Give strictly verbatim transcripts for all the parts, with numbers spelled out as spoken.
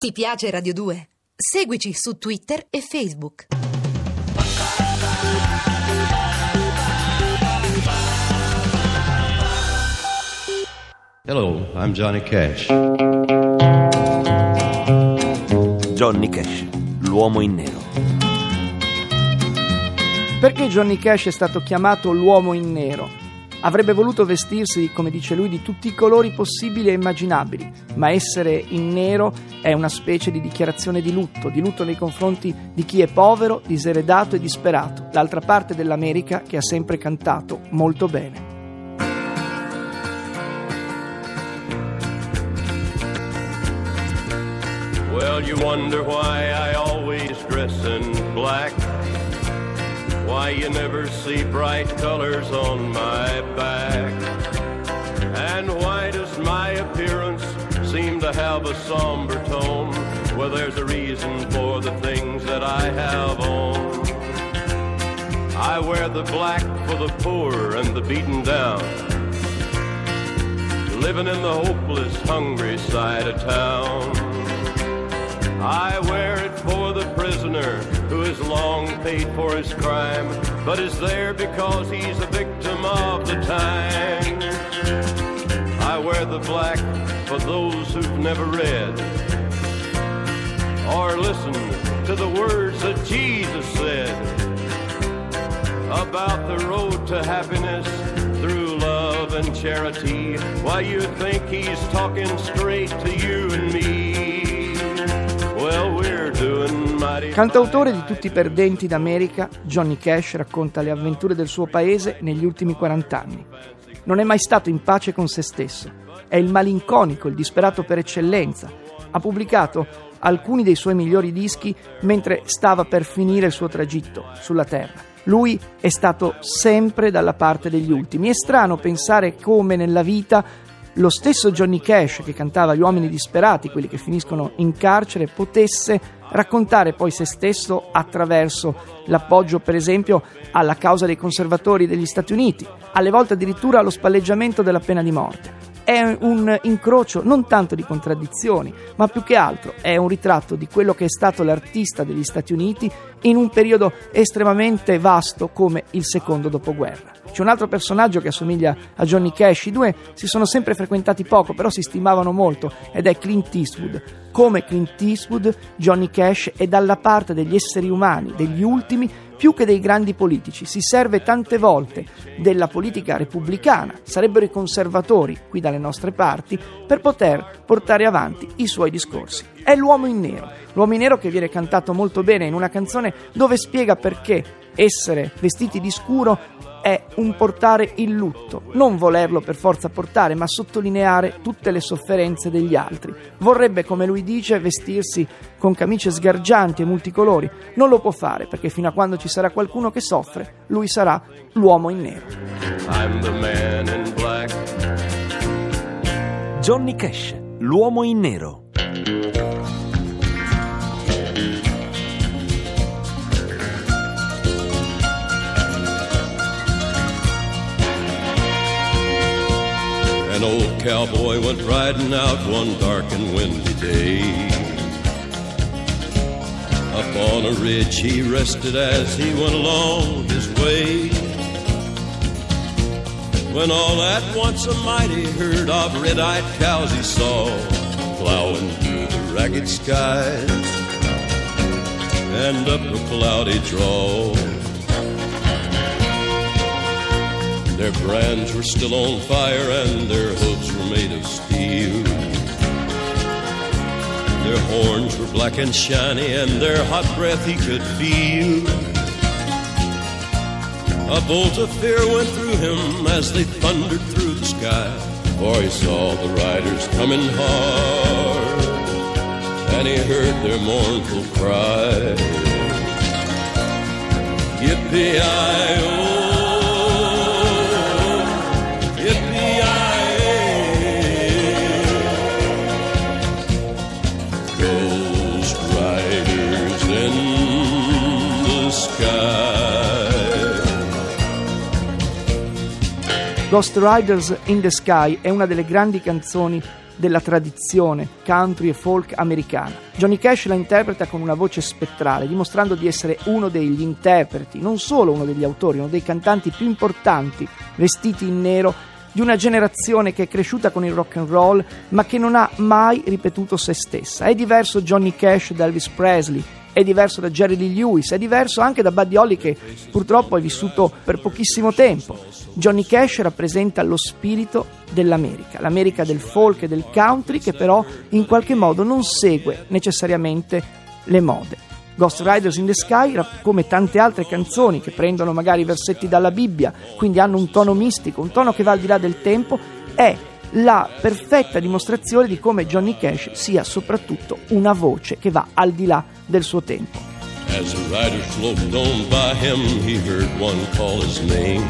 Ti piace Radio due? Seguici su Twitter e Facebook. Hello, I'm Johnny Cash. Johnny Cash, l'uomo in nero. Perché Johnny Cash è stato chiamato l'uomo in nero? Avrebbe voluto vestirsi, come dice lui, di tutti i colori possibili e immaginabili, ma essere in nero è una specie di dichiarazione di lutto, di lutto nei confronti di chi è povero, diseredato e disperato, l'altra parte dell'America che ha sempre cantato molto bene. Well, you wonder why I always dress in black, why you never see bright colors on my back, and why does my appearance seem to have a somber tone? Well, there's a reason for the things that I have on. I wear the black for the poor and the beaten down, living in the hopeless, hungry side of town. I wear it for the prisoner who has long paid for his crime, but is there because he's a victim of the time. I wear the black for those who've never read or listened to the words that Jesus said about the road to happiness through love and charity. Why, you think he's talking straight to you and me. Cantautore di tutti i perdenti d'America, Johnny Cash racconta le avventure del suo paese negli ultimi quarant'anni. Non è mai stato in pace con se stesso. È il malinconico, il disperato per eccellenza. Ha pubblicato alcuni dei suoi migliori dischi mentre stava per finire il suo tragitto sulla terra. Lui è stato sempre dalla parte degli ultimi. È strano pensare come nella vita lo stesso Johnny Cash, che cantava Gli uomini disperati, quelli che finiscono in carcere, potesse raccontare poi se stesso attraverso l'appoggio, per esempio, alla causa dei conservatori degli Stati Uniti, alle volte addirittura allo spalleggiamento della pena di morte. È un incrocio non tanto di contraddizioni, ma più che altro è un ritratto di quello che è stato l'artista degli Stati Uniti in un periodo estremamente vasto come il secondo dopoguerra. C'è un altro personaggio che assomiglia a Johnny Cash, i due si sono sempre frequentati poco, però si stimavano molto, ed è Clint Eastwood. Come Clint Eastwood, Johnny Cash è dalla parte degli esseri umani, degli ultimi, più che dei grandi politici. Si serve tante volte della politica repubblicana, sarebbero i conservatori qui dalle nostre parti, per poter portare avanti i suoi discorsi. È l'uomo in nero, l'uomo in nero che viene cantato molto bene in una canzone dove spiega perché essere vestiti di scuro è un portare il lutto, non volerlo per forza portare, ma sottolineare tutte le sofferenze degli altri. Vorrebbe, come lui dice, vestirsi con camicie sgargianti e multicolori. Non lo può fare, perché fino a quando ci sarà qualcuno che soffre, lui sarà l'uomo in nero. I'm the man in black. Johnny Cash, l'uomo in nero. An old cowboy went riding out one dark and windy day. Up on a ridge he rested as he went along his way, when all at once a mighty herd of red-eyed cows he saw plowing through the ragged skies and up a cloudy draw. Their brands were still on fire and their hooves were made of steel. Their horns were black and shiny and their hot breath he could feel. A bolt of fear went through him as they thundered through the sky, for he saw the riders coming hard and he heard their mournful cry. Yippee-i-oh, Ghost Riders in the Sky è una delle grandi canzoni della tradizione country e folk americana. Johnny Cash la interpreta con una voce spettrale, dimostrando di essere uno degli interpreti, non solo uno degli autori, uno dei cantanti più importanti vestiti in nero di una generazione che è cresciuta con il rock and roll ma che non ha mai ripetuto se stessa. È diverso Johnny Cash da Elvis Presley, è diverso da Jerry Lee Lewis, è diverso anche da Buddy Holly, che purtroppo è vissuto per pochissimo tempo. Johnny Cash rappresenta lo spirito dell'America, l'America del folk e del country, che però in qualche modo non segue necessariamente le mode. Ghost Riders in the Sky, come tante altre canzoni che prendono magari versetti dalla Bibbia, quindi hanno un tono mistico, un tono che va al di là del tempo, è la perfetta dimostrazione di come Johnny Cash sia soprattutto una voce che va al di là del suo tempo. As the rider sloped on by him, he heard one call his name.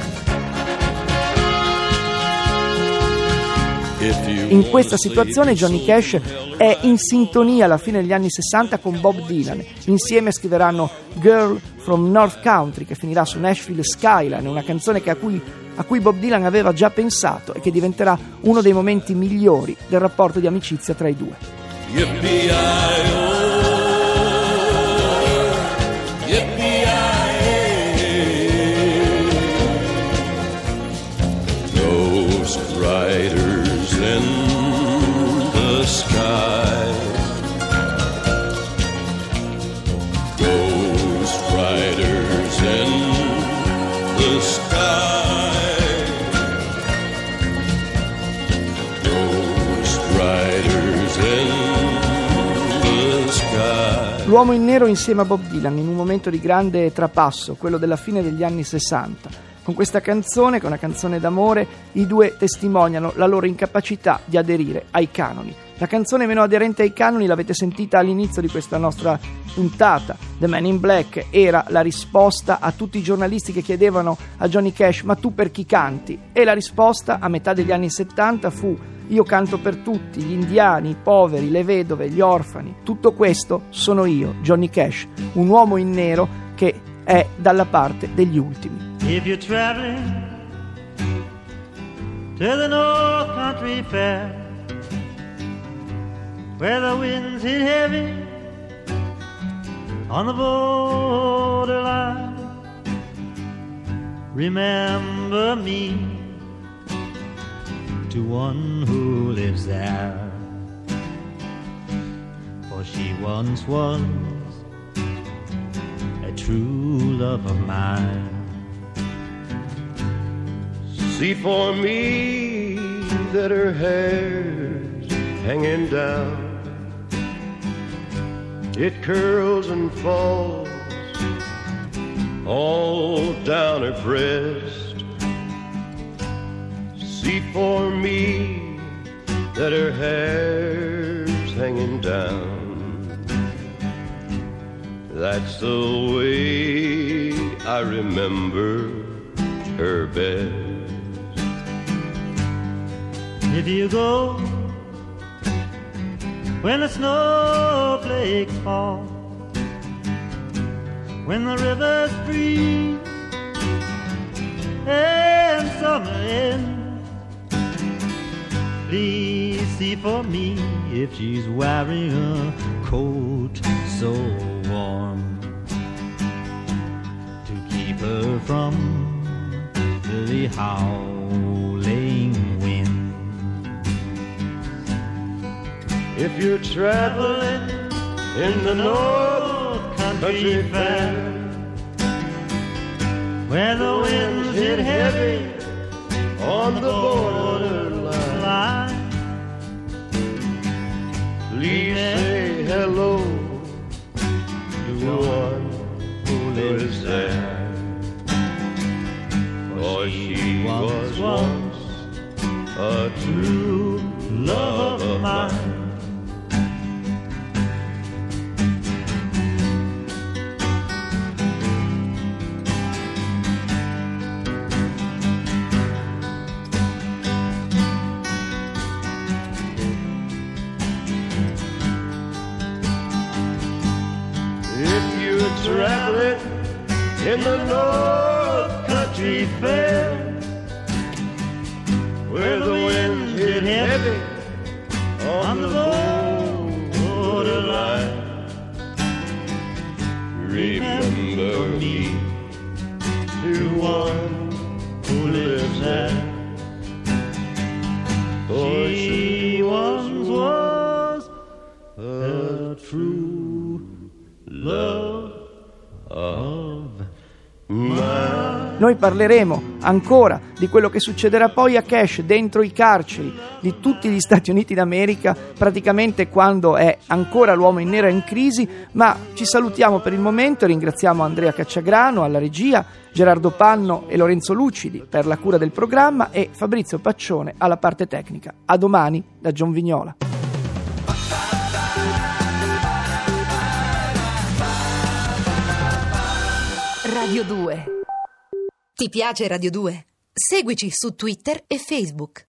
In questa situazione Johnny Cash è in sintonia alla fine degli anni sessanta con Bob Dylan. Insieme scriveranno Girl from North Country, che finirà su Nashville Skyline, una canzone che a cui, a cui Bob Dylan aveva già pensato e che diventerà uno dei momenti migliori del rapporto di amicizia tra i due. Yippee-i-oh, yippee-i-oh, Ghost riders in the sky, Ghost riders in the sky, Ghost riders in the sky. L'uomo in nero insieme a Bob Dylan in un momento di grande trapasso, quello della fine degli anni sessanta. Con questa canzone, che è una canzone d'amore, i due testimoniano la loro incapacità di aderire ai canoni. La canzone meno aderente ai canoni l'avete sentita all'inizio di questa nostra puntata. The Man in Black era la risposta a tutti i giornalisti che chiedevano a Johnny Cash: ma tu per chi canti? E la risposta a metà degli anni settanta fu: io canto per tutti, gli indiani, i poveri, le vedove, gli orfani. Tutto questo sono io, Johnny Cash, un uomo in nero che è dalla parte degli ultimi. If you're traveling to the North Country Fair, where the winds hit heavy on the borderline, remember me to one who lives there, for she once was a true love of mine. See for me that her hair's hanging down, it curls and falls all down her breast. See for me that her hair's hanging down, that's the way I remember her best. If you go when the snowflakes fall, when the rivers freeze and summer ends, please see for me if she's wearing a coat so warm to keep her from the howling wind. If you're traveling in the North Country Fair, where the winds hit heavy on the borderline, please say hello to one who lives there, for she was once a true love of mine. Traveling in the North Country Fair, where the winds hit heavy on the borderline. Remember me to one who lives there. For she once was a true love of mine. Noi parleremo ancora di quello che succederà poi a Cash dentro i carceri di tutti gli Stati Uniti d'America, praticamente quando è ancora l'uomo in nero in crisi, ma ci salutiamo per il momento e ringraziamo Andrea Cacciagrano alla regia, Gerardo Panno e Lorenzo Lucidi per la cura del programma e Fabrizio Paccione alla parte tecnica. A domani da John Vignola. Radio due. Ti piace Radio due? Seguici su Twitter e Facebook.